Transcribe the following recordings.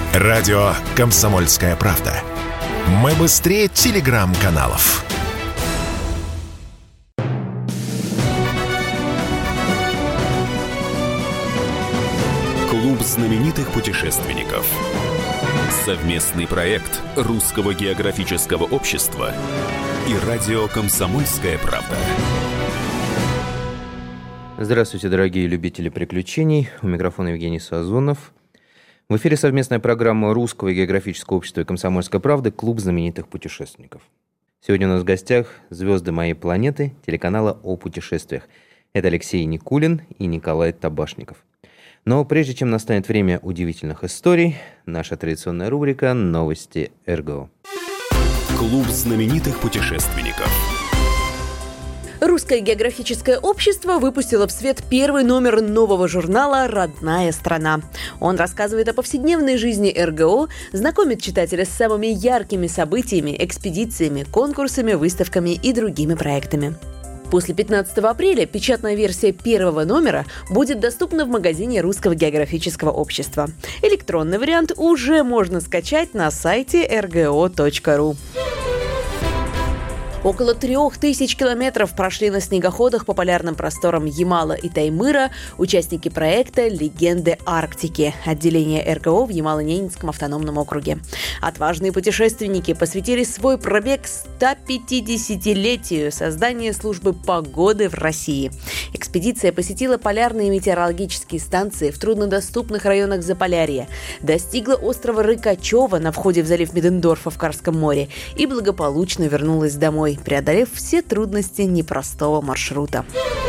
Радио «Комсомольская правда». Мы быстрее телеграм-каналов. Клуб знаменитых путешественников. Совместный проект Русского географического общества и радио «Комсомольская правда». Здравствуйте, дорогие любители приключений. У микрофона Евгений Сазонов. В эфире совместная программа Русского географического общества и «Комсомольской правды» «Клуб знаменитых путешественников». Сегодня у нас в гостях звезды моей планеты, телеканала о путешествиях. Это Алексей Никулин и Николай Табашников. Но прежде чем настанет время удивительных историй, наша традиционная рубрика «Новости РГО». Клуб знаменитых путешественников. Русское географическое общество выпустило в свет первый номер нового журнала «Родная страна». Он рассказывает о повседневной жизни РГО, знакомит читателя с самыми яркими событиями, экспедициями, конкурсами, выставками и другими проектами. После 15 апреля печатная версия первого номера будет доступна в магазине Русского географического общества. Электронный вариант уже можно скачать на сайте rgo.ru. Около 3000 километров прошли на снегоходах по полярным просторам Ямала и Таймыра участники проекта «Легенды Арктики» отделения РГО в Ямало-Ненецком автономном округе. Отважные путешественники посвятили свой пробег 150-летию создания службы погоды в России. Экспедиция посетила полярные метеорологические станции в труднодоступных районах Заполярья, достигла острова Рыкачева на входе в залив Медендорфа в Карском море и благополучно вернулась домой, преодолев все трудности непростого маршрута.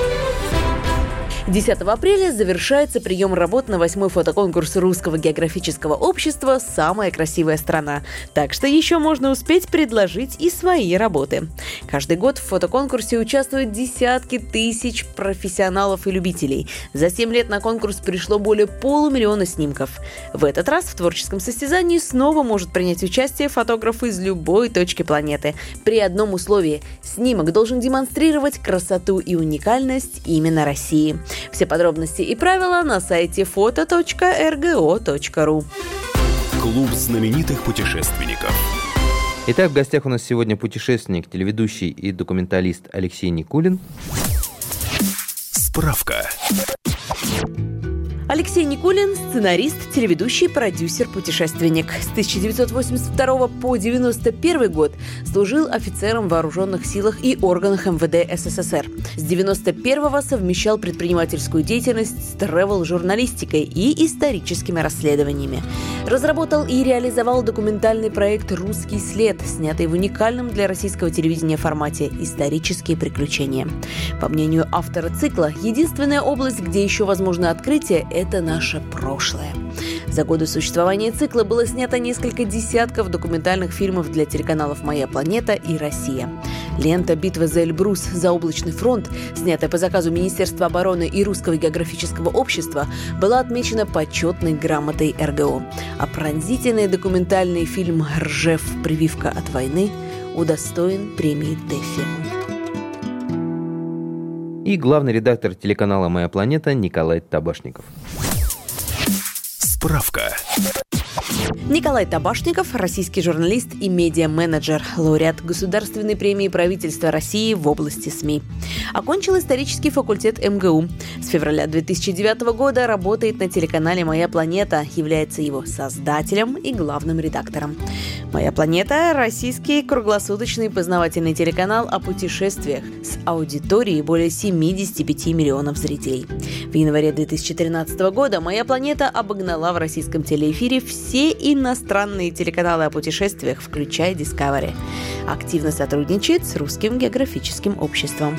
10 апреля завершается прием работ на 8-й фотоконкурс Русского географического общества «Самая красивая страна». Так что еще можно успеть предложить и свои работы. Каждый год в фотоконкурсе участвуют десятки тысяч профессионалов и любителей. За 7 лет на конкурс пришло более 500 000 снимков. В этот раз в творческом состязании снова может принять участие фотограф из любой точки планеты. При одном условии – снимок должен демонстрировать красоту и уникальность именно России. Все подробности и правила на сайте foto.rgo.ru. Клуб знаменитых путешественников. Итак, в гостях у нас сегодня путешественник, телеведущий и документалист Алексей Никулин. Справка. Алексей Никулин – сценарист, телеведущий, продюсер, путешественник. С 1982 по 1991 год служил офицером в вооруженных силах и органах МВД СССР. С 1991 совмещал предпринимательскую деятельность с тревел-журналистикой и историческими расследованиями. Разработал и реализовал документальный проект «Русский след», снятый в уникальном для российского телевидения формате «Исторические приключения». По мнению автора цикла, единственная область, где еще возможно открытие – это наше прошлое. За годы существования цикла было снято несколько десятков документальных фильмов для телеканалов «Моя планета» и «Россия». Лента «Битва за Эльбрус. Заоблачный фронт», снятая по заказу Министерства обороны и Русского географического общества, была отмечена почетной грамотой РГО. А пронзительный документальный фильм «Ржев. Прививка от войны» удостоен премии ТЭФИ. И главный редактор телеканала «Моя планета» Николай Табашников. Справка. Николай Табашников – российский журналист и медиа-менеджер, лауреат Государственной премии правительства России в области СМИ. Окончил исторический факультет МГУ. С февраля 2009 года работает на телеканале «Моя планета», является его создателем и главным редактором. «Моя планета» – российский круглосуточный познавательный телеканал о путешествиях с аудиторией более 75 миллионов зрителей. В январе 2013 года «Моя планета» обогнала в российском телеэфире все иностранные телеканалы о путешествиях, включая Discovery. Активно сотрудничает с Русским географическим обществом.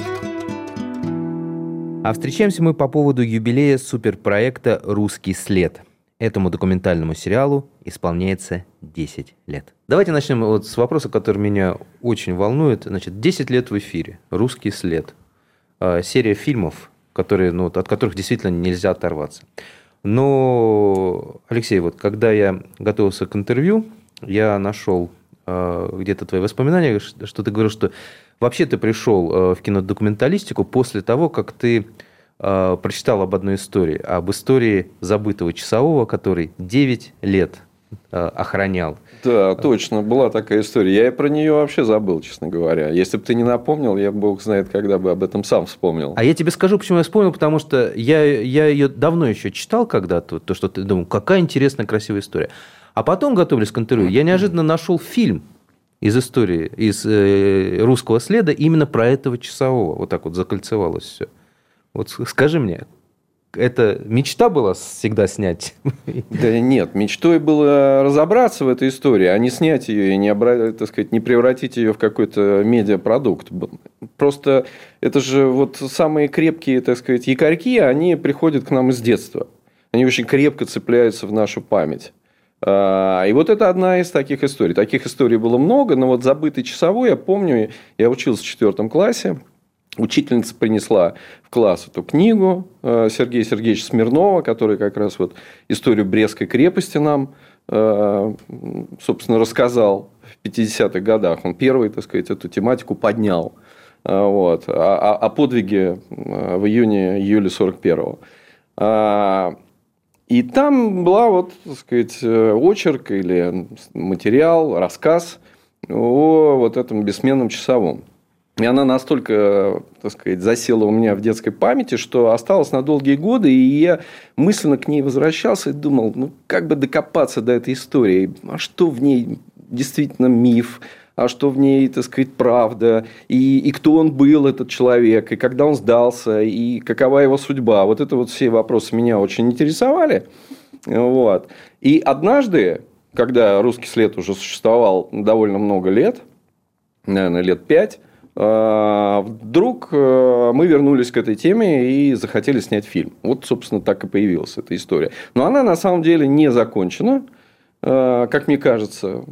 А встречаемся мы по поводу юбилея суперпроекта «Русский след». Этому документальному сериалу исполняется 10 лет. Давайте начнем вот с вопроса, который меня очень волнует. Значит, 10 лет в эфире. «Русский след». Серия фильмов, которые, от которых действительно нельзя оторваться. Но, Алексей, вот когда я готовился к интервью, я нашел где-то твои воспоминания, что ты говорил, что вообще ты пришел в кинодокументалистику после того, как ты прочитал об одной истории, об истории забытого часового, который 9 лет охранял. Да, точно, была такая история. Я про нее вообще забыл, честно говоря. Если бы ты не напомнил, я, бог знает, когда бы об этом сам вспомнил. А я тебе скажу, почему я вспомнил, потому что я ее давно еще читал когда-то, то, что ты думал, какая интересная, красивая история. А потом, готовясь к интервью, я неожиданно нашел фильм из истории, из «Русского следа» именно про этого часового. Вот так вот закольцевалось все. Вот скажи мне, это мечта была всегда снять? Да нет, мечтой было разобраться в этой истории, а не снять ее и не превратить ее в какой-то медиапродукт. Просто это же вот самые крепкие, так сказать, якорьки, они приходят к нам из детства. Они очень крепко цепляются в нашу память. И вот это одна из таких историй. Таких историй было много, но вот «Забытый часовой», я помню, я учился в 4 классе. Учительница принесла в класс эту книгу Сергея Сергеевича Смирнова, который как раз вот историю Брестской крепости нам, собственно, рассказал в 50-х годах. Он первый, так сказать, эту тематику поднял. Вот. О подвиге в июне-июле 41-го. И там была вот, так сказать, очерк или материал, рассказ о вот этом бессменном часовом. И она настолько, так сказать, засела у меня в детской памяти, что осталась на долгие годы, и я мысленно к ней возвращался и думал, ну, как бы докопаться до этой истории, а что в ней действительно миф, а что в ней, так сказать, правда, и кто он был, этот человек, и когда он сдался, и какова его судьба. Вот это вот все вопросы меня очень интересовали. Вот. И однажды, когда «Русский след» уже существовал довольно много лет, наверное, лет 5, вдруг мы вернулись к этой теме и захотели снять фильм. Вот, собственно, так и появилась эта история. Но она, на самом деле, не закончена, как мне кажется.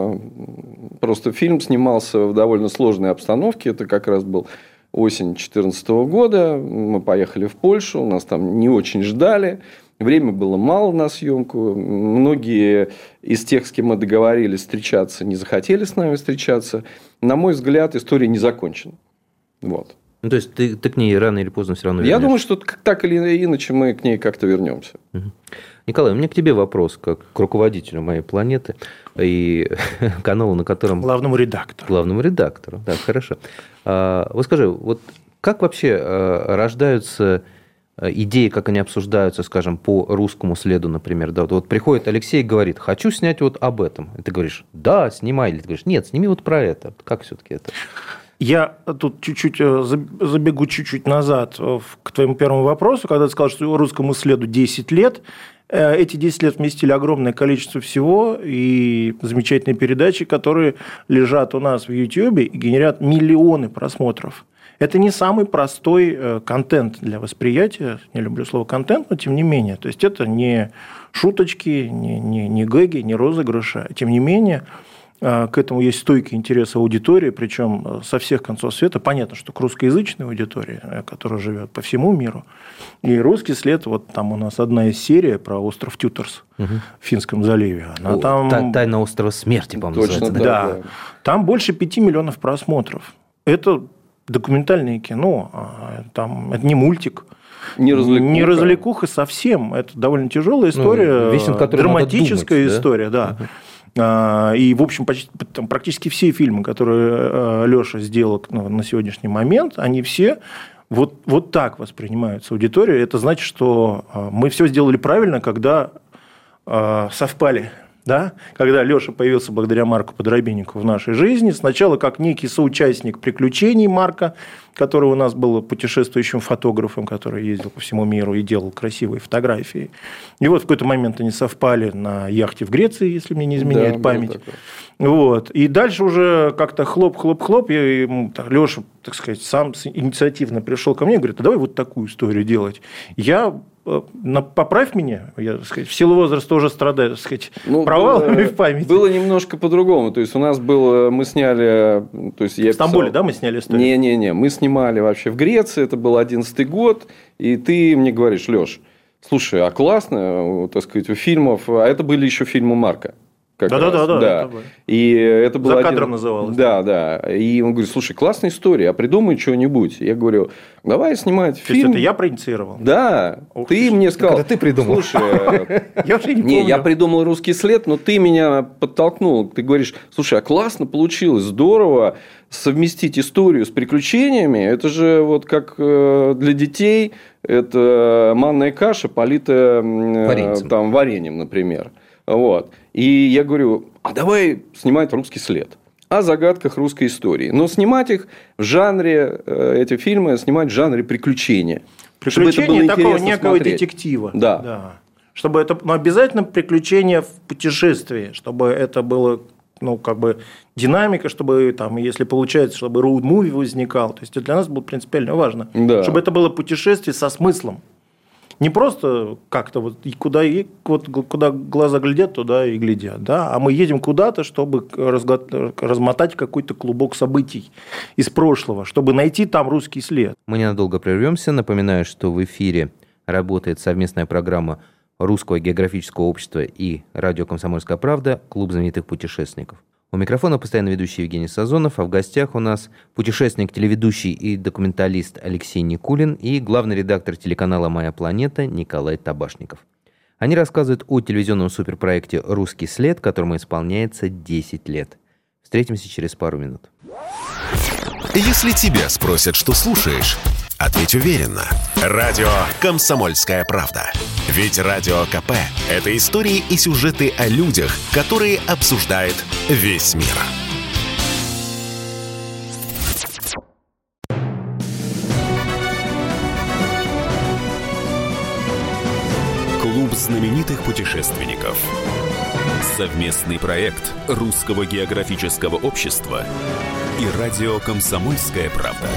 Просто фильм снимался в довольно сложной обстановке. Это как раз был осень 2014 года. Мы поехали в Польшу, нас там не очень ждали. Время было мало на съемку. Многие из тех, с кем мы договорились встречаться, не захотели с нами встречаться. На мой взгляд, история не закончена. Вот. Ну, то есть, ты к ней рано или поздно все равно вернешься? Я думаю, что так или иначе мы к ней как-то вернемся. Угу. Николай, у меня к тебе вопрос, как к руководителю «Моей планеты» и каналу, на котором... Главному редактору. Главному редактору, да, хорошо. Вот скажи, вот как вообще рождаются... идеи, как они обсуждаются, скажем, по «Русскому следу», например. Да, вот приходит Алексей и говорит, хочу снять вот об этом. И ты говоришь, да, снимай. Или ты говоришь, нет, сними вот про это. Как все-таки это? Я тут чуть-чуть забегу чуть-чуть назад к твоему первому вопросу, когда ты сказал, что «Русскому следу» 10 лет. Эти 10 лет вместили огромное количество всего и замечательные передачи, которые лежат у нас в YouTube и генерят миллионы просмотров. Это не самый простой контент для восприятия. Не люблю слово «контент», но тем не менее. То есть, это не шуточки, не гэги, не розыгрыши. Тем не менее, к этому есть стойкий интерес аудитории, причем со всех концов света. Понятно, что к русскоязычной аудитории, которая живет по всему миру. И «Русский след», вот там у нас одна из серий про остров Тютерс в Финском заливе. Она там... «Тайна острова смерти», по-моему, точно, называется. Да. Там больше 5 миллионов просмотров. Это документальное кино, там, это не мультик. Не развлекуха совсем. Это довольно тяжелая история, весь, драматическая думать, история, да. И, в общем, практически все фильмы, которые Леша сделал на сегодняшний момент, они все вот так воспринимаются аудиторией. Это значит, что мы все сделали правильно, когда совпали. Да? Когда Леша появился благодаря Марку Подробиннику в нашей жизни, сначала как некий соучастник приключений Марка, который у нас был путешествующим фотографом, который ездил по всему миру и делал красивые фотографии. И вот в какой-то момент они совпали на яхте в Греции, если мне не изменяет память. Вот. И дальше уже как-то хлоп-хлоп-хлоп, Леша, так сказать, сам инициативно пришел ко мне и говорит, давай вот такую историю делать. Поправь меня, я, так сказать, в силу возраста уже страдаю, так сказать, провалами в памяти. Было немножко по-другому. То есть, у нас было, мы сняли... То есть, я в Стамбуле, да, мы сняли историю? Не-не-не, мы снимали вообще в Греции, это был 11-й год, и ты мне говоришь, Леш, слушай, а классно, так сказать, у фильмов, а это были еще фильмы Марка. Да. И это было «За кадром» называлось. Да. И он говорит, слушай, классная история, а придумай что-нибудь. Я говорю, давай снимать фильм. То есть это я проинициировал? Да. Ты мне сказал. Это ты придумал. Слушай, я уже не помню. Я придумал «Русский след», но ты меня подтолкнул. Ты говоришь, слушай, а классно получилось, здорово совместить историю с приключениями. Это же вот как для детей, это манная каша, политая вареньем, например. Вот. И я говорю, а давай снимать «Русский след» о загадках русской истории. Но снимать их в жанре, эти фильмы снимать в жанре приключения. Приключения такого некого смотреть. Детектива. Да. Чтобы это, обязательно приключения в путешествии, чтобы это было, динамика, чтобы там, если получается, чтобы роуд-муви возникал. То есть это для нас было принципиально важно. Да. Чтобы это было путешествие со смыслом. Не просто как-то куда глаза глядят, туда и глядят, да? А мы едем куда-то, чтобы размотать какой-то клубок событий из прошлого, чтобы найти там русский след. Мы ненадолго прервемся. Напоминаю, что в эфире работает совместная программа Русского географического общества и радио «Комсомольская правда» «Клуб знаменитых путешественников». У микрофона постоянно ведущий Евгений Сазонов, а в гостях у нас путешественник, телеведущий и документалист Алексей Никулин и главный редактор телеканала «Моя планета» Николай Табашников. Они рассказывают о телевизионном суперпроекте «Русский след», которому исполняется 10 лет. Встретимся через пару минут. Если тебя спросят, что слушаешь, ответь уверенно. Радио «Комсомольская правда». Ведь Радио КП – это истории и сюжеты о людях, которые обсуждает весь мир. Клуб знаменитых путешественников. Совместный проект Русского географического общества и радио «Комсомольская правда».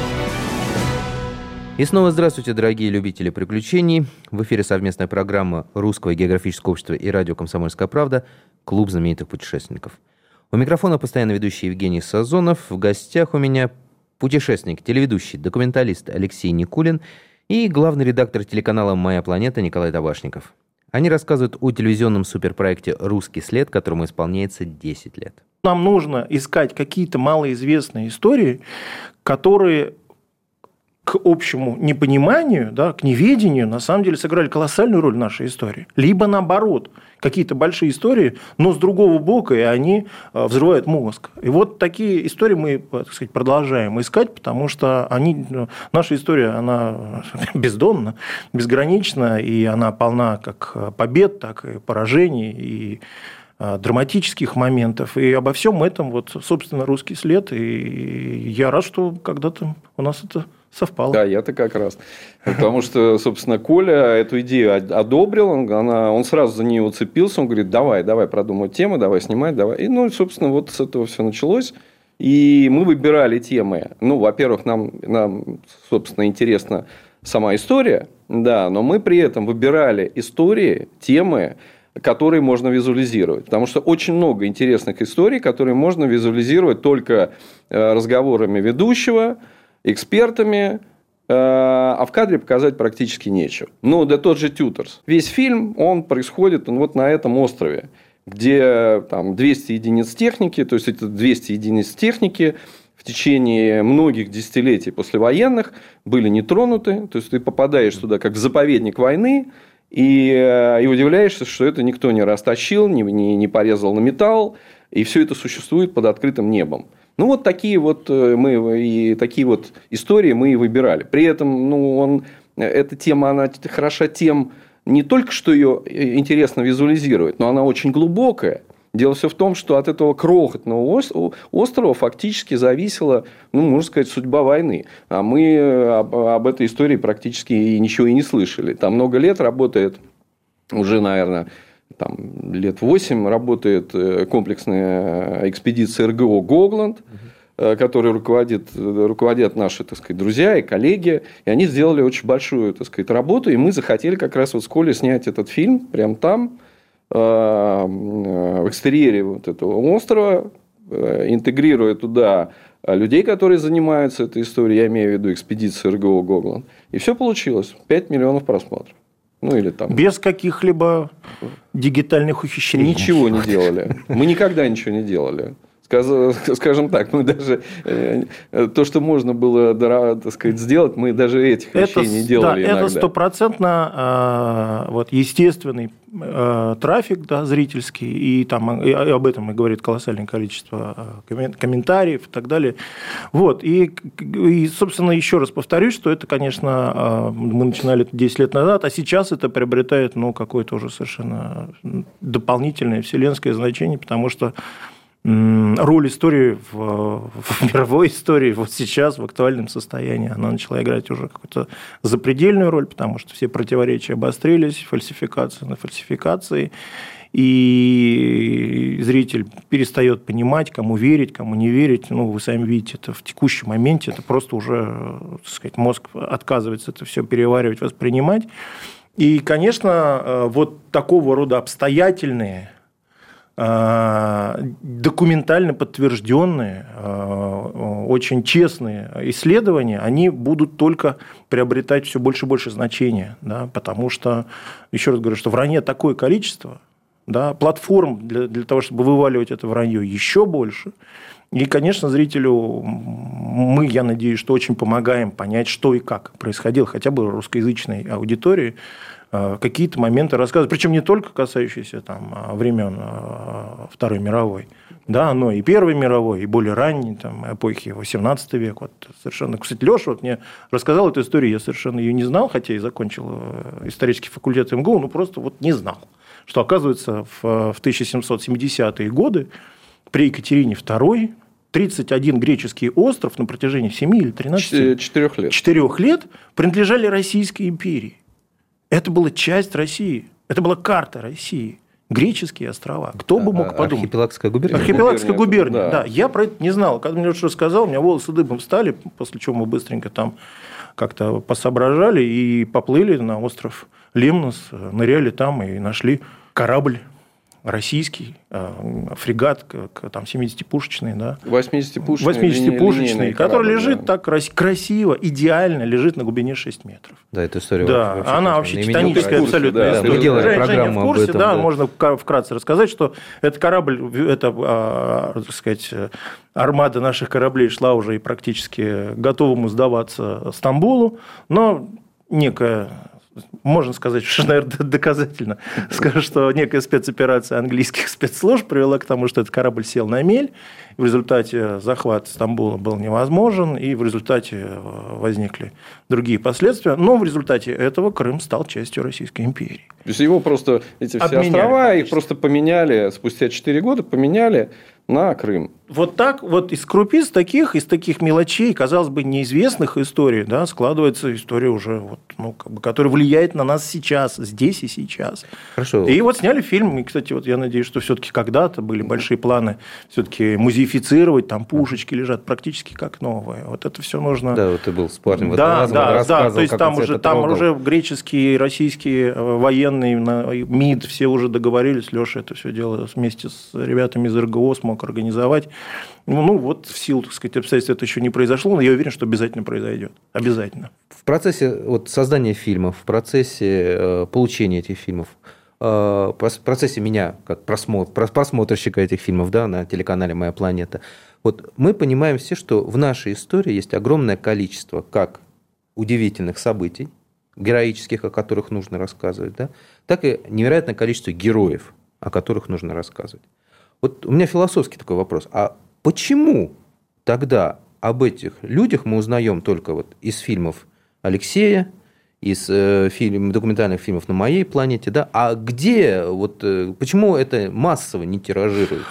И снова здравствуйте, дорогие любители приключений. В эфире совместная программа Русского географического общества и радио «Комсомольская правда» «Клуб знаменитых путешественников». У микрофона постоянно ведущий Евгений Сазонов. В гостях у меня путешественник, телеведущий, документалист Алексей Никулин и главный редактор телеканала «Моя планета» Николай Табашников. Они рассказывают о телевизионном суперпроекте «Русский след», которому исполняется 10 лет. Нам нужно искать какие-то малоизвестные истории, которые к общему непониманию, к неведению, на самом деле сыграли колоссальную роль в нашей истории. Либо наоборот, какие-то большие истории, но с другого бока, и они взрывают мозг. И вот такие истории мы, продолжаем искать, потому что наша история, она бездонна, безгранична, и она полна как побед, так и поражений, и драматических моментов. И обо всем этом, собственно, «Русский след». И я рад, что когда-то у нас это совпало. Да, я-то как раз. Потому что, собственно, Коля эту идею одобрил, он сразу за нее уцепился, он говорит, давай продумать тему, давай снимать, давай. И, собственно, вот с этого все началось. И мы выбирали темы. Во-первых, нам, собственно, интересна сама история, да, но мы при этом выбирали истории, темы, которые можно визуализировать. Потому что очень много интересных историй, которые можно визуализировать только разговорами ведущего, экспертами, а в кадре показать практически нечего. Да тот же «Тьюторс». Весь фильм, он происходит вот на этом острове, где там 200 единиц техники, то есть это 200 единиц техники в течение многих десятилетий послевоенных были не тронуты. То есть ты попадаешь туда как в заповедник войны, и удивляешься, что это никто не растащил, не порезал на металл, и все это существует под открытым небом. Такие истории мы и выбирали. При этом, эта тема, она хороша тем, не только что ее интересно визуализировать, но она очень глубокая. Дело все в том, что от этого крохотного острова фактически зависела, можно сказать, судьба войны. А мы об этой истории практически ничего и не слышали. Там много лет работает, уже, наверное, лет 8 работает комплексная экспедиция РГО «Гогланд», которой руководят наши, друзья и коллеги. И они сделали очень большую, работу. И мы захотели как раз с Колей снять этот фильм прямо там, в экстерьере этого острова, интегрируя туда людей, которые занимаются этой историей, я имею в виду экспедицию РГО «Гогланд». И все получилось. 5 миллионов просмотров. Ну, или там... Без каких-либо дигитальных ухищрений. Ничего не делали. Мы никогда ничего не делали. Скажем так, мы даже то, что можно было, так сказать, сделать, мы даже этих вещей не делали иногда. Это стопроцентно естественный трафик, да, зрительский, и об этом и говорит колоссальное количество комментариев и так далее. Вот. И, собственно, еще раз повторюсь, что это, конечно, мы начинали это 10 лет назад, а сейчас это приобретает какое-то уже совершенно дополнительное вселенское значение, потому что роль истории в мировой истории вот сейчас, в актуальном состоянии, она начала играть уже какую-то запредельную роль, потому что все противоречия обострились, фальсификации на фальсификации, и зритель перестает понимать, кому верить, кому не верить. Вы сами видите, это в текущем моменте, это просто уже, так сказать, мозг отказывается это все переваривать, воспринимать. И, конечно, вот такого рода обстоятельные, документально подтвержденные, очень честные исследования, они будут только приобретать все больше и больше значения, да, потому что, еще раз говорю, что вранья такое количество, да, платформ для того, чтобы вываливать это вранье, еще больше. И, конечно, зрителю мы, я надеюсь, что очень помогаем понять, что и как происходило, хотя бы русскоязычной аудитории, какие-то моменты рассказывать, причем не только касающиеся времен Второй мировой, да, но и Первой мировой, и более ранней эпохи XVIII века. Вот совершенно, кстати, Леша мне рассказал эту историю, я совершенно ее не знал, хотя и закончил исторический факультет МГУ, но просто не знал, что, оказывается, в 1770-е годы при Екатерине II 31 греческий остров на протяжении 7 или 13 4 лет принадлежали Российской империи. Это была часть России. Это была карта России. Греческие острова. Кто бы мог подумать? Архипелагская губерния? Архипелагская губерния, да. Я про это не знал. Когда мне что рассказал, у меня волосы дыбом встали, после чего мы быстренько там как-то посоображали и поплыли на остров Лемнос, ныряли там и нашли корабль российский, фрегат, там 70-пушечный, да. 80-пушечный, который лежит так красиво, идеально, лежит на глубине 6 метров. Да, эта история. Да, она вообще титаническая абсолютно. Да, мы делали программу в курсе, об этом. Да, можно вкратце рассказать, что этот корабль, это, так сказать, армада наших кораблей шла уже и практически готовому сдаваться Стамбулу, но некая... Можно сказать, что, наверное, доказательно скажу, что некая спецоперация английских спецслужб привела к тому, что этот корабль сел на мель, в результате захват Стамбула был невозможен, и в результате возникли другие последствия, но в результате этого Крым стал частью Российской империи. То есть его просто, эти все острова, их просто поменяли, спустя 4 года поменяли на Крым. Вот так вот из крупиц таких, из таких мелочей, казалось бы, неизвестных историй, да, складывается история уже, которая влияет на нас сейчас, здесь и сейчас. Хорошо. И вот сняли фильм, и, кстати, я надеюсь, что все-таки когда-то были большие планы все-таки музеифицировать, там пушечки лежат практически как новые. Вот это все нужно... Да, вот ты был с парнем. Да, то есть там уже греческие, российские военные, МИД, все уже договорились, Леша это все дело вместе с ребятами из РГО смог организовать. Вот в силу, так сказать, обстоятельств это еще не произошло, но я уверен, что обязательно произойдет. Обязательно. В процессе создания фильмов, в процессе получения этих фильмов, в процессе меня, как просмотрщика этих фильмов, да, на телеканале «Моя планета», мы понимаем все, что в нашей истории есть огромное количество как удивительных событий, героических, о которых нужно рассказывать, да, так и невероятное количество героев, о которых нужно рассказывать. У меня философский такой вопрос. А почему тогда об этих людях мы узнаем только из фильмов Алексея, из документальных фильмов «На моей планете», да? А где, почему это массово не тиражируется?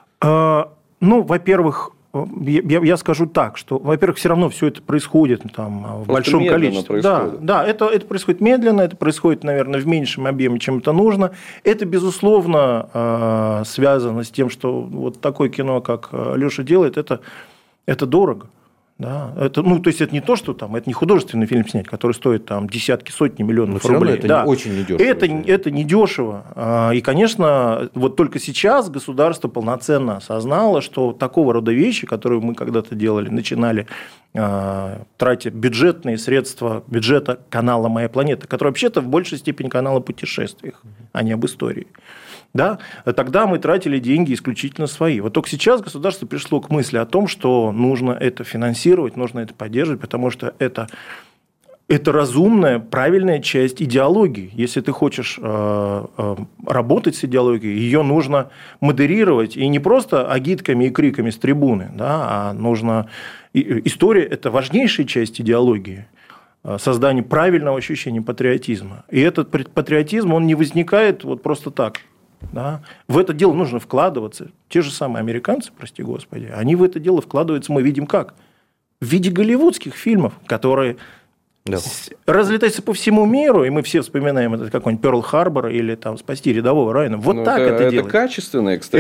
Во-первых, я скажу так, что, во-первых, все равно все это происходит в большом количестве. Да, это происходит медленно, это происходит, наверное, в меньшем объеме, чем это нужно. Это, безусловно, связано с тем, что такое кино, как Леша делает, это дорого. Да, это, то есть это не то, что там, это не художественный фильм снять, который стоит там десятки, сотни миллионов рублей. Это очень недешево. Это недешево. И, конечно, вот только сейчас государство полноценно осознало, что такого рода вещи, которые мы когда-то делали, начинали, тратя бюджетные средства бюджета канала «Моя планета», который вообще-то в большей степени канал о путешествиях, а не об истории. Да? Тогда мы тратили деньги исключительно свои. Вот только сейчас государство пришло к мысли о том, что нужно это финансировать, нужно это поддерживать, потому что это разумная, правильная часть идеологии. Если ты хочешь работать с идеологией, ее нужно модерировать, и не просто агитками и криками с трибуны, да, а нужно... История – это важнейшая часть идеологии. Создание правильного ощущения патриотизма. И этот патриотизм, он не возникает вот просто так. Да? В это дело нужно вкладываться. Те же самые американцы, прости господи, они в это дело вкладываются, мы видим как? В виде голливудских фильмов, которые разлетаются по всему миру, и мы все вспоминаем этот какой-нибудь Пёрл-Харбор или там «Спасти рядового Райана». Вот так это делается. Это качественное, кстати,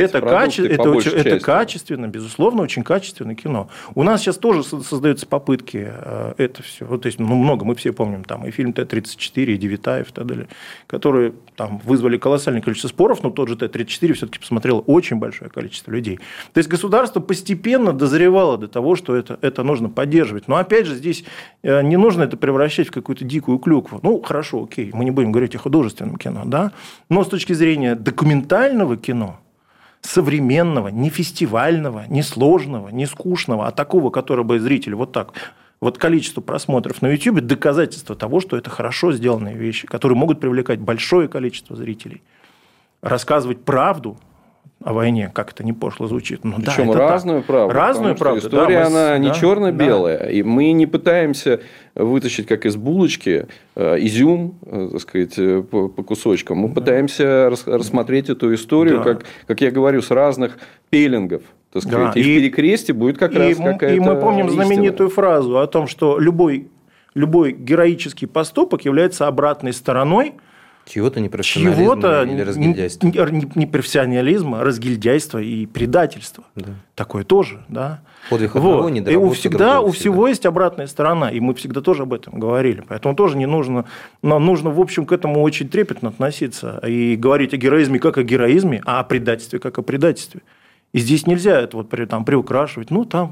это качественно, безусловно, очень качественное кино. У нас сейчас тоже создаются попытки это все. Вот, то есть, много, мы все помним, там и фильм Т-34, и Девитаев и так далее, которые там вызвали колоссальное количество споров, но тот же Т-34 все-таки посмотрело очень большое количество людей. То есть, государство постепенно дозревало до того, что это нужно поддерживать. Но опять же, здесь не нужно это превращать в какую-то дикую клюкву. Хорошо, окей, мы не будем говорить о художественном кино, да? Но с точки зрения документального кино, современного, не фестивального, не сложного, не скучного, а такого, которое бы зритель вот так, вот количество просмотров на YouTube – доказательство того, что это хорошо сделанные вещи, которые могут привлекать большое количество зрителей. Рассказывать правду о войне, как это не пошло звучит. Причем разную правду. Разную правду. История, она не черно-белая. Да. И мы не пытаемся вытащить, как из булочки, изюм, так сказать, по кусочкам. Мы пытаемся рассмотреть эту историю, как я говорю, с разных пеленгов. Так сказать. И в перекресте будет как раз какая-то И мы помним истина. Знаменитую фразу о том, что любой героический поступок является обратной стороной чего-то непрофессионализма или разгильдяйства. Непрофессионализма, разгильдяйства и предательства. Да. Такое тоже. Да? Подвиг одного не доработка другого. У всего есть обратная сторона, и мы всегда тоже об этом говорили. Поэтому тоже не нужно, но нужно, в общем, к этому очень трепетно относиться и говорить о героизме как о героизме, а о предательстве как о предательстве. И здесь нельзя это приукрашивать.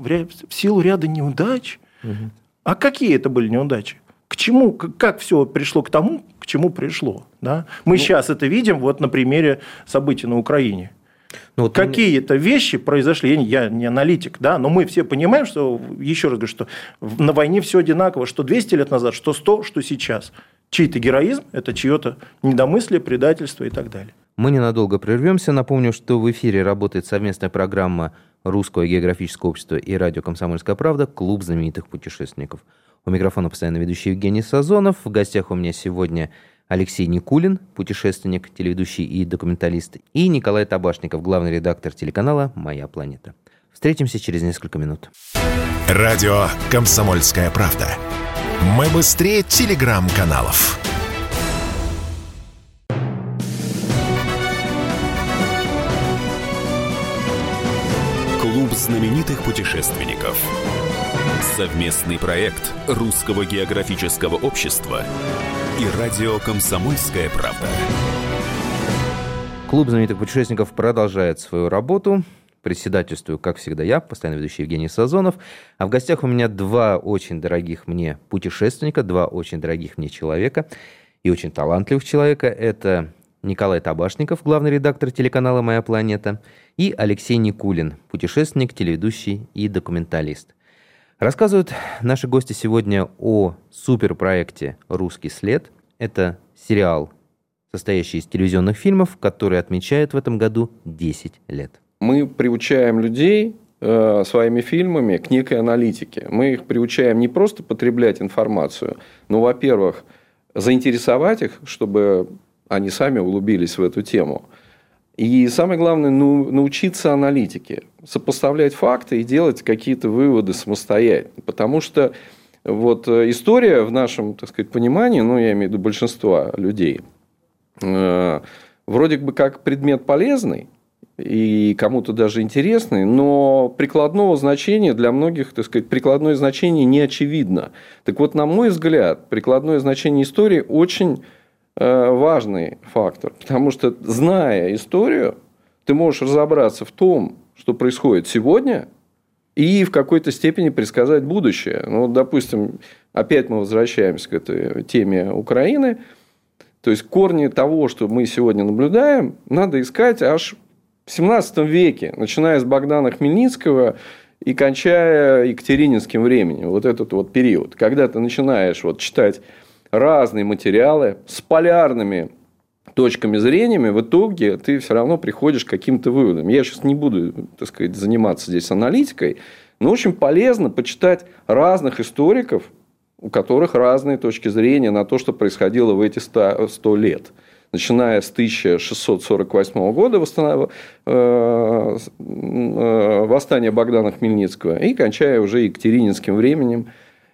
В силу ряда неудач. Угу. А какие это были неудачи? К чему, как все пришло к тому, к чему пришло? Да? Мы сейчас это видим на примере событий на Украине. Какие-то вещи произошли, я не аналитик, да, но мы все понимаем, что, еще раз говорю, что на войне все одинаково, что 200 лет назад, что 100, что сейчас. Чей-то героизм – это чье-то недомыслие, предательство и так далее. Мы ненадолго прервемся. Напомню, что в эфире работает совместная программа Русского географического общества и радио «Комсомольская правда» «Клуб знаменитых путешественников». У микрофона постоянно ведущий Евгений Сазонов. В гостях у меня сегодня Алексей Никулин, путешественник, телеведущий и документалист, и Николай Табашников, главный редактор телеканала «Моя планета». Встретимся через несколько минут. Радио «Комсомольская правда». Мы быстрее телеграм-каналов. Клуб знаменитых путешественников. Совместный проект Русского географического общества и радио «Комсомольская правда». Клуб знаменитых путешественников продолжает свою работу. Председательствую, как всегда, я, постоянно ведущий Евгений Сазонов. А в гостях у меня два очень дорогих мне путешественника, два очень дорогих мне человека и очень талантливых человека. Это Николай Табашников, главный редактор телеканала «Моя планета», и Алексей Никулин, путешественник, телеведущий и документалист. Рассказывают наши гости сегодня о суперпроекте «Русский след». Это сериал, состоящий из телевизионных фильмов, который отмечает в этом году 10 лет. Мы приучаем людей своими фильмами к некой аналитике. Мы их приучаем не просто потреблять информацию, но, во-первых, заинтересовать их, чтобы они сами углубились в эту тему. И самое главное, научиться аналитике, сопоставлять факты и делать какие-то выводы самостоятельно. Потому что история в нашем, так сказать, понимании, я имею в виду большинства людей, вроде бы как предмет полезный, и кому-то даже интересный, но прикладного значения для многих, так сказать, прикладное значение не очевидно. Так вот, на мой взгляд, прикладное значение истории очень важный фактор, потому что, зная историю, ты можешь разобраться в том, что происходит сегодня, и в какой-то степени предсказать будущее. Ну, допустим, опять мы возвращаемся к этой теме Украины. То есть, корни того, что мы сегодня наблюдаем, надо искать аж в 17 веке, начиная с Богдана Хмельницкого и кончая Екатерининским временем. Вот этот вот период, когда ты начинаешь вот читать разные материалы с полярными точками зрения, в итоге ты все равно приходишь к каким-то выводам. Я сейчас не буду, так сказать, заниматься здесь аналитикой, но очень полезно почитать разных историков, у которых разные точки зрения на то, что происходило в эти 100 лет. Начиная с 1648 года восстания Богдана Хмельницкого и кончая уже Екатерининским временем.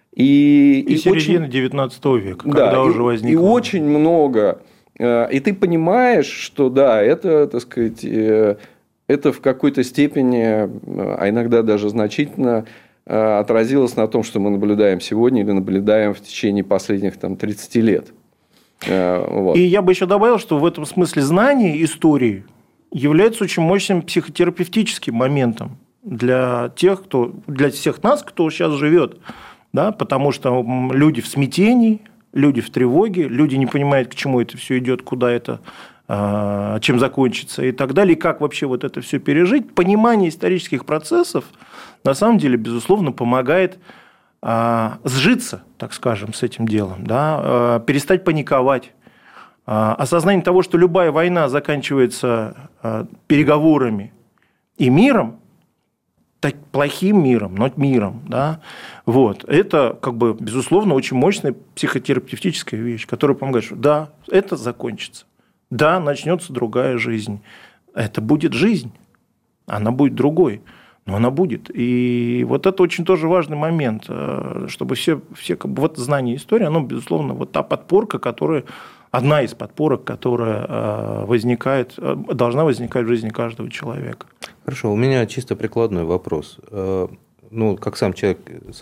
И середины 19 века, когда уже возникло. И очень много. И ты понимаешь, что да, это, так сказать, это в какой-то степени, а иногда даже значительно отразилось на том, что мы наблюдаем сегодня или наблюдаем в течение последних 30 лет. Вот. И я бы еще добавил, что в этом смысле знание истории является очень мощным психотерапевтическим моментом для всех нас, кто сейчас живет. Да? Потому что люди в смятении, люди в тревоге, люди не понимают, к чему это все идет, куда это, чем закончится и так далее, и как вообще вот это все пережить. Понимание исторических процессов на самом деле, безусловно, помогает сжиться, так скажем, с этим делом, да? Перестать паниковать. Осознание того, что любая война заканчивается переговорами и миром, так, плохим миром, но миром, да? Вот. Это, безусловно, очень мощная психотерапевтическая вещь, которая помогает, что да, это закончится, да, начнется другая жизнь. Это будет жизнь, она будет другой. Но она будет. И вот это очень тоже важный момент, чтобы все вот знание истории, оно, безусловно, вот та подпорка, одна из подпорок, которая должна возникать в жизни каждого человека. Хорошо, у меня чисто прикладной вопрос. Ну, как сам человек,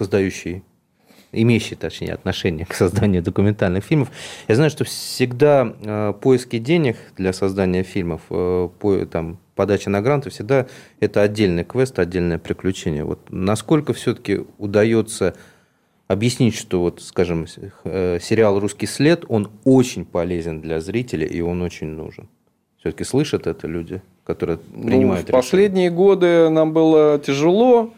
имеющий, точнее, отношение к созданию документальных фильмов, я знаю, что всегда поиски денег для создания фильмов, подача на гранты, всегда это отдельный квест, отдельное приключение. Вот насколько все-таки удается объяснить, что, вот, скажем, сериал «Русский след», он очень полезен для зрителя, и он очень нужен? Все-таки слышат это люди, которые принимают решения? В последние годы нам было тяжело,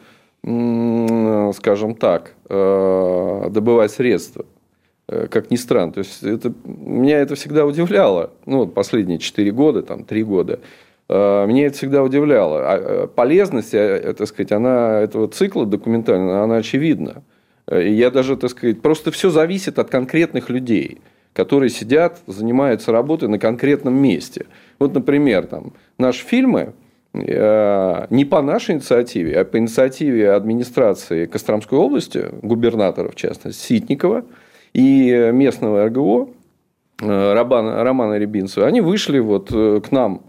скажем так, добывать средства, как ни странно. То есть, меня это всегда удивляло. Последние 4 года, 3 года. Меня это всегда удивляло. Полезность, так сказать, этого цикла документального, она очевидна. И я даже, так сказать, просто все зависит от конкретных людей, которые сидят, занимаются работой на конкретном месте. Вот, например, наши фильмы не по нашей инициативе, а по инициативе администрации Костромской области, губернатора, в частности, Ситникова, и местного РГО Романа Рябинцева, они вышли вот к нам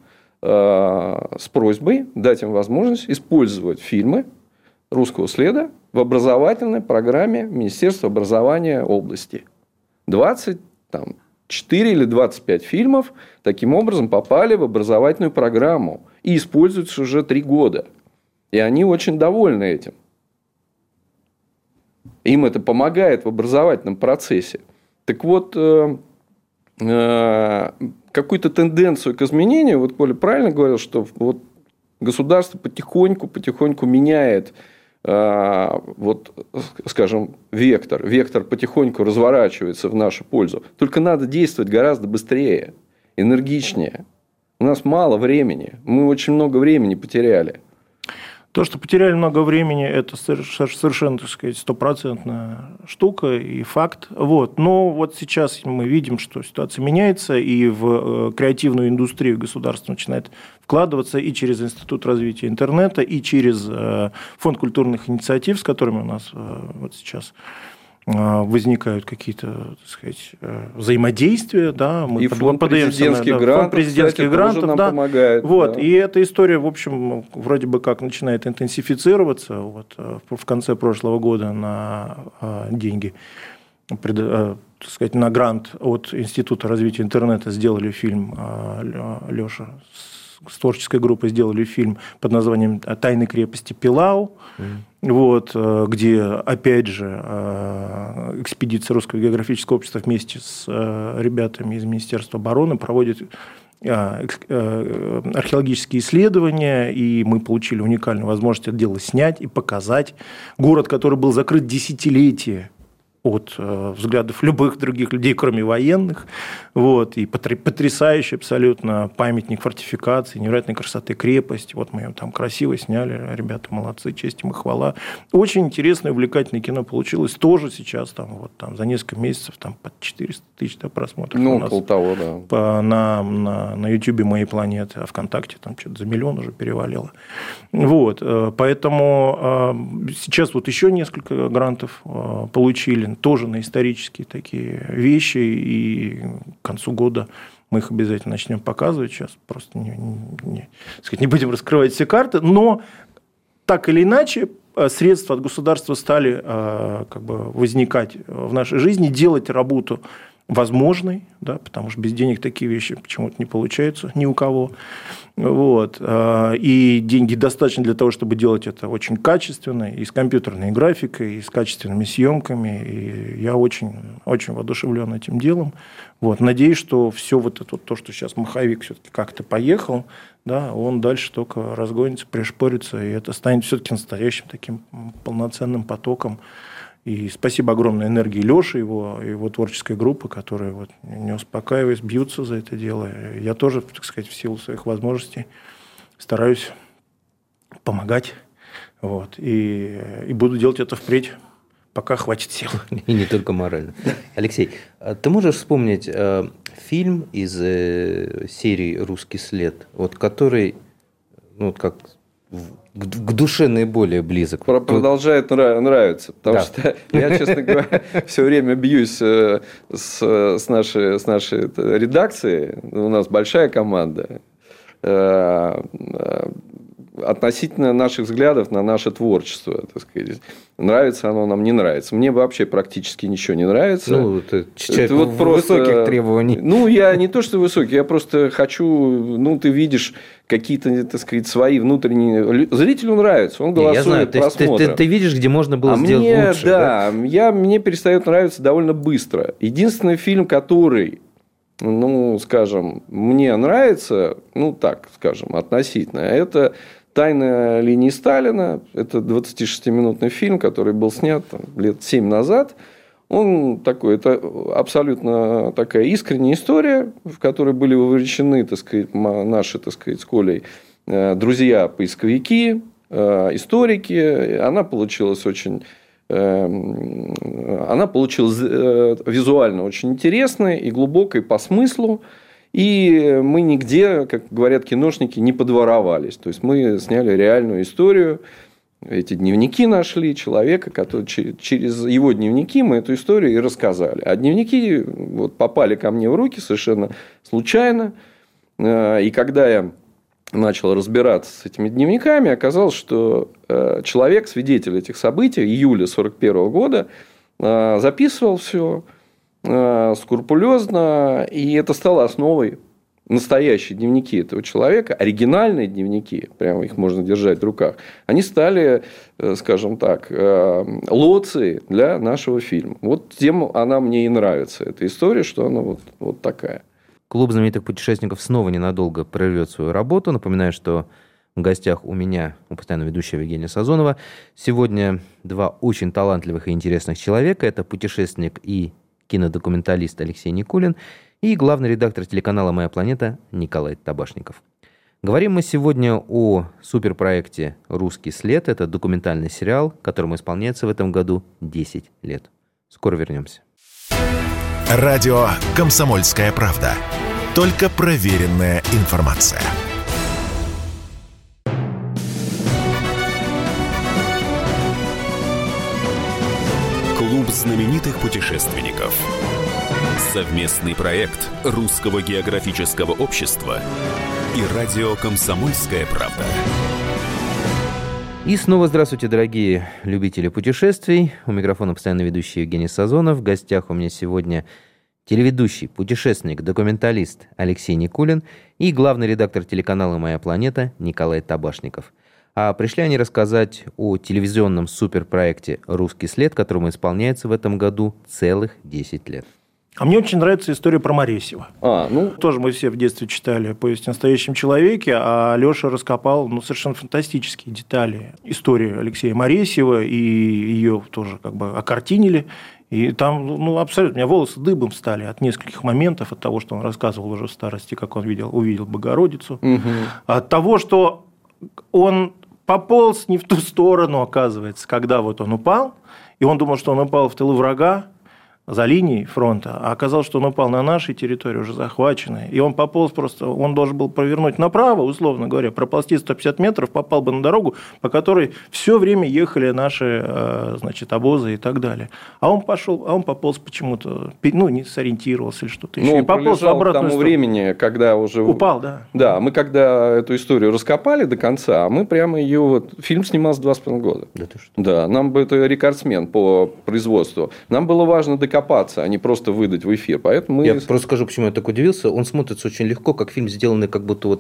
с просьбой дать им возможность использовать фильмы «Русского следа» в образовательной программе Министерства образования области. 24 или 25 фильмов таким образом попали в образовательную программу и используются уже 3 года. И они очень довольны этим. Им это помогает в образовательном процессе. Так вот, какую-то тенденцию к изменению, вот Коля правильно говорил, что вот государство потихоньку меняет, вот, скажем, вектор. Вектор потихоньку разворачивается в нашу пользу. Только надо действовать гораздо быстрее, энергичнее. У нас мало времени. Мы очень много времени потеряли. То, что потеряли много времени, это совершенно, так сказать, стопроцентная штука и факт. Вот. Но вот сейчас мы видим, что ситуация меняется, и в креативную индустрию государство начинает вкладываться и через Институт развития интернета, и через Фонд культурных инициатив, с которыми у нас вот сейчас возникают какие-то, так сказать, взаимодействия, да, мы и фонд президентских грантов, нам помогает. Вот, да. И эта история, в общем, вроде бы как начинает интенсифицироваться. Вот, в конце прошлого года на деньги, так сказать, на грант от Института развития интернета сделали фильм, Леша с творческой группой сделали фильм под названием «Тайны крепости Пилау», вот, где, опять же, экспедиция Русского географического общества вместе с ребятами из Министерства обороны проводит археологические исследования, и мы получили уникальную возможность это дело снять и показать. Город, который был закрыт десятилетия от взглядов любых других людей, кроме военных. Вот, и потрясающий абсолютно памятник фортификации, невероятной красоты крепость. Вот мы ее там красиво сняли, ребята молодцы, честь им и хвала. Очень интересное, увлекательное кино получилось. Тоже сейчас там, вот, там, за несколько месяцев там, под 400 тысяч просмотров. Ну, около того, да. На YouTube «Моей планеты», а ВКонтакте там что-то за 1 миллион уже перевалило. Вот, поэтому сейчас вот еще несколько грантов получили, тоже на исторические такие вещи, и к концу года мы их обязательно начнем показывать. Сейчас просто не будем раскрывать все карты, но так или иначе средства от государства стали как бы возникать в нашей жизни, делать работу возможной, да, потому что без денег такие вещи почему-то не получаются ни у кого. Вот. И деньги достаточно для того, чтобы делать это очень качественно, и с компьютерной графикой, и с качественными съемками. И я очень, очень воодушевлен этим делом. Вот. Надеюсь, что все вот это вот, то, что сейчас маховик все-таки как-то поехал, да, он дальше только разгонится, пришпорится, и это станет все-таки настоящим таким полноценным потоком. И спасибо огромной энергии Лёши, его творческой группы, которые вот, не успокаиваясь, бьются за это дело. Я тоже, так сказать, в силу своих возможностей стараюсь помогать. Вот, и буду делать это впредь, пока хватит сил. И не только морально. Алексей, ты можешь вспомнить фильм из серии «Русский след», вот, который, ну, как... к душе наиболее близок. Продолжает нравиться, потому что я, честно говоря, все время бьюсь с нашей редакцией. У нас большая команда. Относительно наших взглядов на наше творчество, так сказать. Нравится оно нам, не нравится. Мне вообще практически ничего не нравится. Ну, это вот просто высоких требований. Ну, я не то, что высокий, я просто хочу... Ну, ты видишь какие-то, так сказать, свои внутренние... Зрителю нравится, он голосует просмотром. Ты видишь, где можно было сделать мне, лучше. Да, мне перестает нравиться довольно быстро. Единственный фильм, который... ну, скажем, мне нравится, ну, так, скажем, относительно, это «Тайна линии Сталина». Это 26-минутный фильм, который был снят там, лет 7 назад. Он такой, это абсолютно такая искренняя история, в которой были вовлечены, так сказать, наши, так сказать, с Колей друзья-поисковики, историки. Она получилась визуально очень интересной и глубокой по смыслу. И мы нигде, как говорят киношники, не подворовались. То есть мы сняли реальную историю. Эти дневники нашли человека, который через его дневники мы эту историю и рассказали. А дневники вот, попали ко мне в руки совершенно случайно. И когда я начал разбираться с этими дневниками, оказалось, что человек, свидетель этих событий, июля 1941 года, записывал все скрупулезно, и это стало основой. Настоящие дневники этого человека, оригинальные дневники, прямо их можно держать в руках, они стали, скажем так, лоцией для нашего фильма. Вот тем она мне и нравится, эта история, что она вот такая. Клуб знаменитых путешественников снова ненадолго прервет свою работу. Напоминаю, что в гостях у меня, у постоянного ведущего Евгения Сазонова, сегодня два очень талантливых и интересных человека. Это путешественник и кинодокументалист Алексей Никулин и главный редактор телеканала «Моя планета» Николай Табашников. Говорим мы сегодня о суперпроекте «Русский след». Это документальный сериал, которому исполняется в этом году 10 лет. Скоро вернемся. Радио «Комсомольская правда». Только проверенная информация. Клуб знаменитых путешественников. Совместный проект Русского географического общества и радио «Комсомольская правда». И снова здравствуйте, дорогие любители путешествий. У микрофона постоянно ведущий Евгений Сазонов. В гостях у меня сегодня телеведущий, путешественник, документалист Алексей Никулин и главный редактор телеканала «Моя планета» Николай Табашников. А пришли они рассказать о телевизионном суперпроекте «Русский след», которому исполняется в этом году целых 10 лет. А мне очень нравится история про Моресьева. Тоже мы все в детстве читали «Повесть о настоящем человеке», а Леша раскопал совершенно фантастические детали истории Алексея Моресьева, и ее тоже окартинили. И там абсолютно у меня волосы дыбом стали от нескольких моментов, от того, что он рассказывал уже в старости, как он увидел Богородицу, от того, что он пополз не в ту сторону, оказывается, когда он упал, и он думал, что он упал в тылу врага, за линией фронта, а оказалось, что он упал на нашей территории, уже захваченной, и он пополз просто, он должен был повернуть направо, условно говоря, проползти 150 метров, попал бы на дорогу, по которой все время ехали наши, обозы и так далее. А он пополз почему-то, не сориентировался или что-то еще. Он пополз в обратную сторону. Времени, когда уже... Упал, да. Да, мы когда эту историю раскопали до конца, мы прямо ее... Фильм снимался 2,5 года. Да ты что? Да, нам бы это рекордсмен по производству. Нам было важно докопаться, а не просто выдать в эфир. Поэтому я просто скажу, почему я так удивился. Он смотрится очень легко, как фильм, сделанный как будто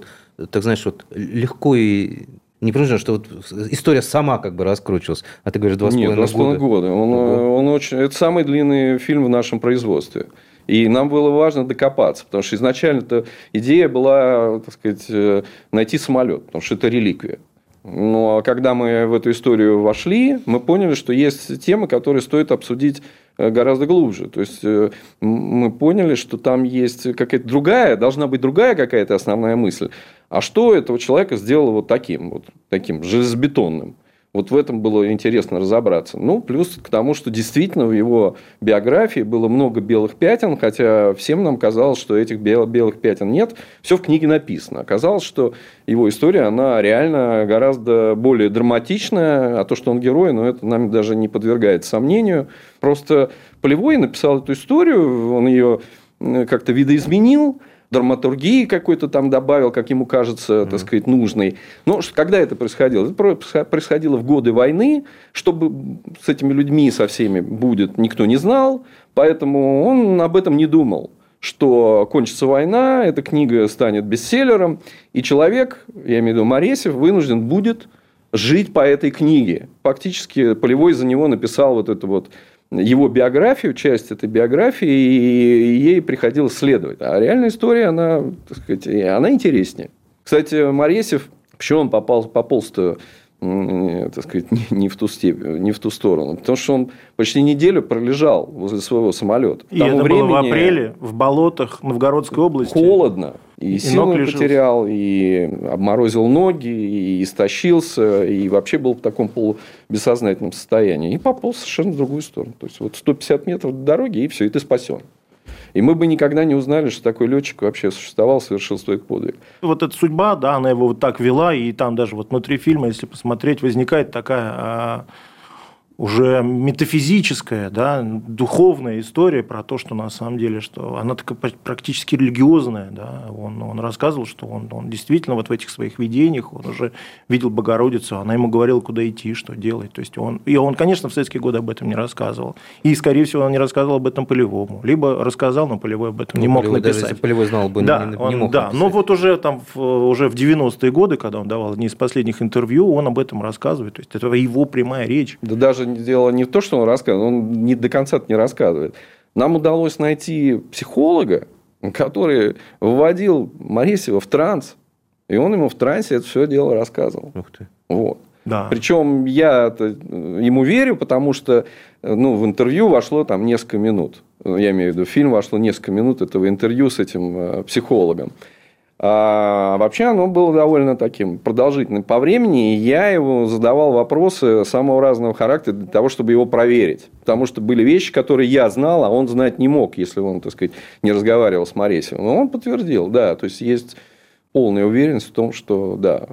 легко и непринужденно, что история сама раскручивалась. А ты говоришь, 2,5 года. Он очень... Это самый длинный фильм в нашем производстве. И нам было важно докопаться, потому что изначально-то идея была, найти самолет, потому что это реликвия. Но когда мы в эту историю вошли, мы поняли, что есть темы, которые стоит обсудить гораздо глубже. То есть мы поняли, что там есть какая-то другая, должна быть другая какая-то основная мысль. А что этого человека сделало таким железобетонным? В этом было интересно разобраться. Плюс к тому, что действительно в его биографии было много белых пятен, хотя всем нам казалось, что этих белых пятен нет. Все в книге написано. Оказалось, что его история, она реально гораздо более драматичная, а то, что он герой, это нам даже не подвергается сомнению. Просто Полевой написал эту историю, он ее как-то видоизменил, драматургии какой-то там добавил, как ему кажется, нужной. Но когда это происходило? Это происходило в годы войны, чтобы с этими людьми, со всеми будет, никто не знал, поэтому он об этом не думал, что кончится война, эта книга станет бестселлером, и человек, я имею в виду Моресьев, вынужден будет жить по этой книге. Фактически Полевой за него написал его биографию, часть этой биографии, и ей приходилось следовать. А реальная история, она интереснее. Кстати, Моресьев, почему он пополз-то, не в ту сторону? Потому что он почти неделю пролежал возле своего самолета. И это было в апреле, в болотах Новгородской области. Холодно. И силу потерял, и обморозил ноги, и истощился, и вообще был в таком полубессознательном состоянии. И пополз совершенно в другую сторону. То есть 150 метров до дороги, и все, и ты спасен. И мы бы никогда не узнали, что такой летчик вообще существовал, совершил свой подвиг. Эта судьба, да, она его так вела, и там даже внутри фильма, если посмотреть, возникает такая уже метафизическая, да, духовная история про то, что на самом деле, что она такая практически религиозная. Да. Он рассказывал, что он действительно в этих своих видениях он уже видел Богородицу, она ему говорила, куда идти, что делать. То есть он, конечно, в советские годы об этом не рассказывал. И, скорее всего, он не рассказывал об этом Полевому. Либо рассказал, но Полевой об этом не мог написать. Даже если Полевой знал бы, не мог написать. Но уже в 90-е годы, когда он давал одни из последних интервью, он об этом рассказывает. То есть это его прямая речь. Да даже дело не в том, что он рассказывает, он до конца не рассказывает. Нам удалось найти психолога, который вводил Моресьева в транс, и он ему в трансе это все дело рассказывал. Ух ты. Да. Причем я ему верю, потому что в интервью вошло несколько минут. Я имею в виду, в фильм вошло несколько минут этого интервью с этим психологом. А вообще оно было довольно таким продолжительным по времени, и я его задавал вопросы самого разного характера для того, чтобы его проверить. Потому что были вещи, которые я знал, а он знать не мог, если он, не разговаривал с Моресьевым. Но он подтвердил, да, то есть есть полная уверенность в том, что да,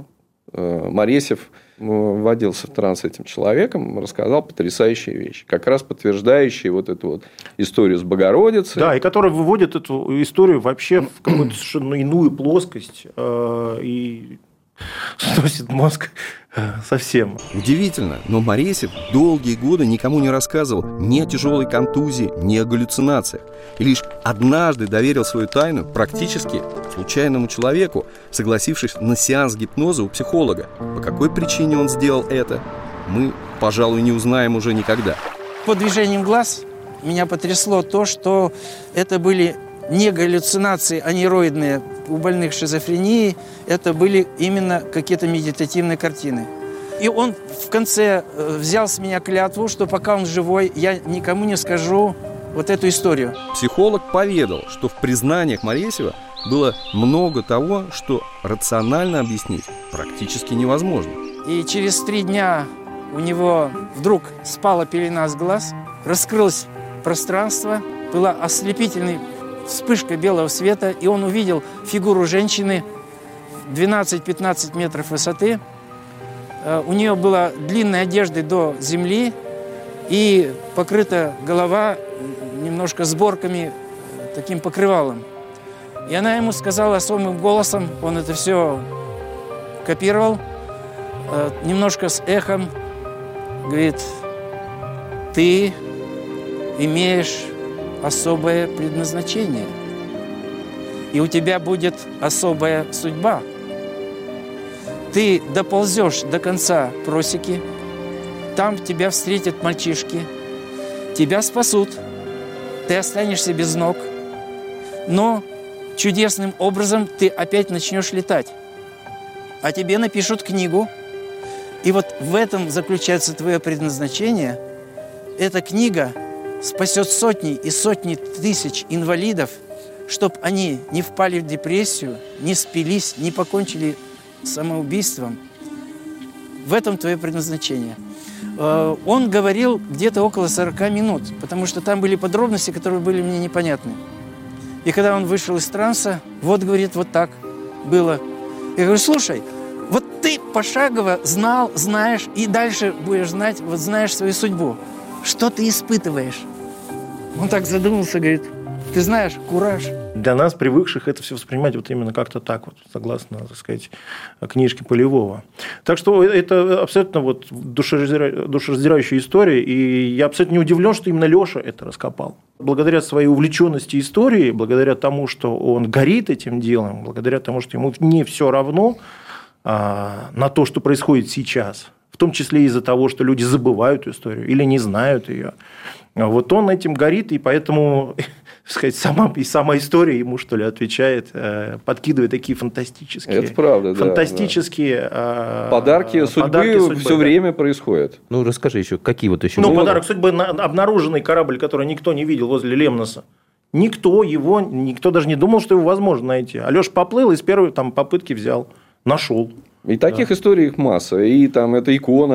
Моресьев вводился в транс этим человеком, рассказал потрясающие вещи, как раз подтверждающие вот эту вот историю с Богородицей. Да, и который выводит эту историю вообще в какую-то совершенно иную плоскость и сносит мозг совсем. Удивительно, но Моресьев долгие годы никому не рассказывал ни о тяжелой контузии, ни о галлюцинациях. И лишь однажды доверил свою тайну практически случайному человеку, согласившись на сеанс гипноза у психолога. По какой причине он сделал это, мы, пожалуй, не узнаем уже никогда. По движениям глаз меня потрясло то, что это были не галлюцинации анейроидные у больных шизофренией, это были именно какие-то медитативные картины. И он в конце взял с меня клятву, что пока он живой, я никому не скажу вот эту историю. Психолог поведал, что в признаниях Моресьева было много того, что рационально объяснить практически невозможно. И через 3 дня у него вдруг спала пелена с глаз, раскрылось пространство, была ослепительная вспышка белого света, и он увидел фигуру женщины 12-15 метров высоты. У нее была длинная одежда до земли и покрыта голова немножко сборками, таким покрывалом. И она ему сказала особым голосом, он это все копировал, немножко с эхом, говорит: ты имеешь особое предназначение, и у тебя будет особая судьба. Ты доползешь до конца просеки, там тебя встретят мальчишки, тебя спасут, ты останешься без ног, но чудесным образом ты опять начнешь летать, а тебе напишут книгу, и вот в этом заключается твое предназначение. Эта книга спасет сотни и сотни тысяч инвалидов, чтобы они не впали в депрессию, не спились, не покончили самоубийством. В этом твое предназначение. Он говорил где-то около 40 минут, потому что там были подробности, которые были мне непонятны. И когда он вышел из транса, вот, говорит, вот так было. Я говорю: слушай, вот ты пошагово знал, знаешь, и дальше будешь знать, вот знаешь свою судьбу. Что ты испытываешь? Он так задумался, говорит: ты знаешь, кураж. Для нас, привыкших, это все воспринимать вот именно как-то так, вот, согласно, так сказать, книжке Полевого. Так что это абсолютно вот душераздирающая история, и я абсолютно не удивлен, что именно Леша это раскопал. Благодаря своей увлеченности историей, благодаря тому, что он горит этим делом, благодаря тому, что ему не все равно на то, что происходит сейчас, в том числе из-за того, что люди забывают историю или не знают ее. Вот он этим горит, и поэтому, так сказать, сама история ему, что ли, отвечает, подкидывает такие фантастические... Это правда, фантастические подарки судьбы все время происходят. Ну, расскажи еще, какие вот еще... Ну, подарок судьбы, обнаруженный корабль, который никто не видел возле Лемноса. Никто даже не думал, что его возможно найти. А Леша поплыл и с первой попытки взял, нашел. И таких историй их масса. И там эта икона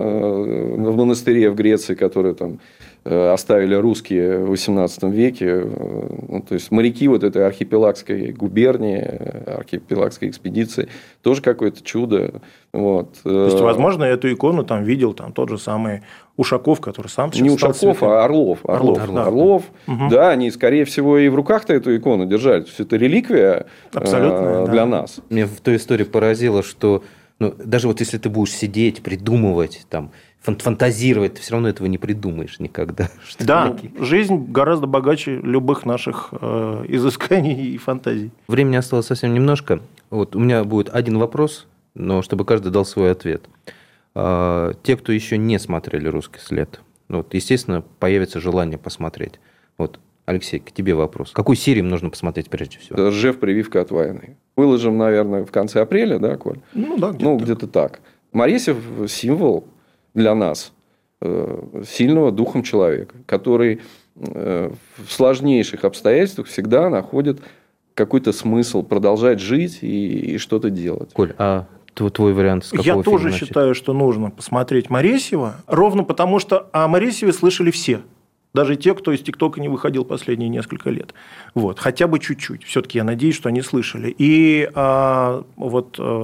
в монастыре в Греции, которую там оставили русские в XVIII веке. Ну, то есть моряки вот этой архипелагской губернии, архипелагской экспедиции, тоже какое-то чудо. Вот. То есть, возможно, эту икону там видел тот же самый Ушаков, который сам сейчас не Ушаков, а Орлов. Орлов. Угу. Да, они, скорее всего, и в руках-то эту икону держали. То есть, это реликвия для нас. Меня в той истории поразило, что даже вот если ты будешь сидеть, придумывать, фантазировать, ты все равно этого не придумаешь никогда. Да, жизнь гораздо богаче любых наших изысканий и фантазий. Времени осталось совсем немножко. Вот у меня будет один вопрос, но чтобы каждый дал свой ответ. Те, кто еще не смотрели «Русский след», естественно, появится желание посмотреть. Вот, Алексей, к тебе вопрос. Какую серию нужно посмотреть прежде всего? «Ржев. Прививка от войны». Выложим, наверное, в конце апреля, да, Коль? Да, где-то так. Моресьев – символ для нас сильного духом человека, который в сложнейших обстоятельствах всегда находит какой-то смысл продолжать жить и что-то делать. Коль, а твой вариант с какого фильма? Я тоже считаю, что нужно посмотреть Моресьева, ровно потому, что о Моресьеве слышали все. Даже те, кто из ТикТока не выходил последние несколько лет. Вот. Хотя бы чуть-чуть. Все-таки я надеюсь, что они слышали. И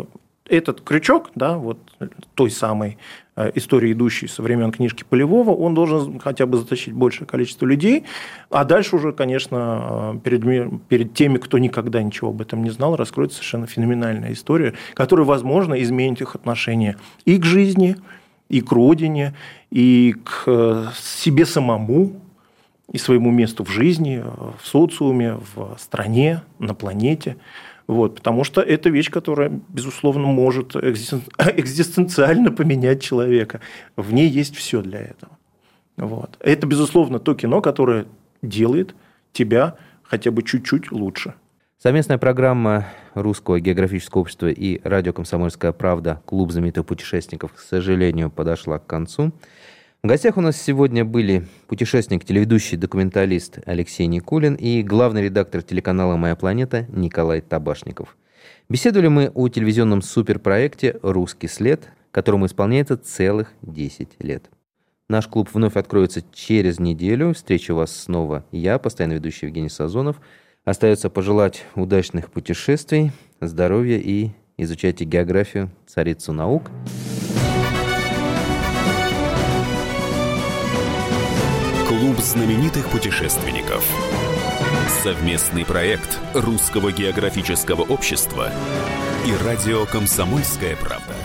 этот крючок, да, вот той самой истории, идущей со времен книжки Полевого, он должен хотя бы затащить большее количество людей, а дальше уже, конечно, перед теми, кто никогда ничего об этом не знал, раскроется совершенно феноменальная история, которая, возможно, изменит их отношение и к жизни, и к родине, и к себе самому, и своему месту в жизни, в социуме, в стране, на планете. Вот, потому что это вещь, которая, безусловно, может экзистенциально поменять человека. В ней есть все для этого. Вот. Это, безусловно, то кино, которое делает тебя хотя бы чуть-чуть лучше. Совместная программа Русского географического общества и радио «Комсомольская правда» «Клуб знаменитых путешественников», к сожалению, подошла к концу. В гостях у нас сегодня были путешественник, телеведущий, документалист Алексей Никулин и главный редактор телеканала «Моя планета» Николай Табашников. Беседовали мы о телевизионном суперпроекте «Русский след», которому исполняется целых 10 лет. Наш клуб вновь откроется через неделю. Встречу вас снова я, постоянно ведущий Евгений Сазонов. Остается пожелать удачных путешествий, здоровья и изучайте географию, царицу наук. Клуб знаменитых путешественников. Совместный проект Русского географического общества и радио «Комсомольская правда».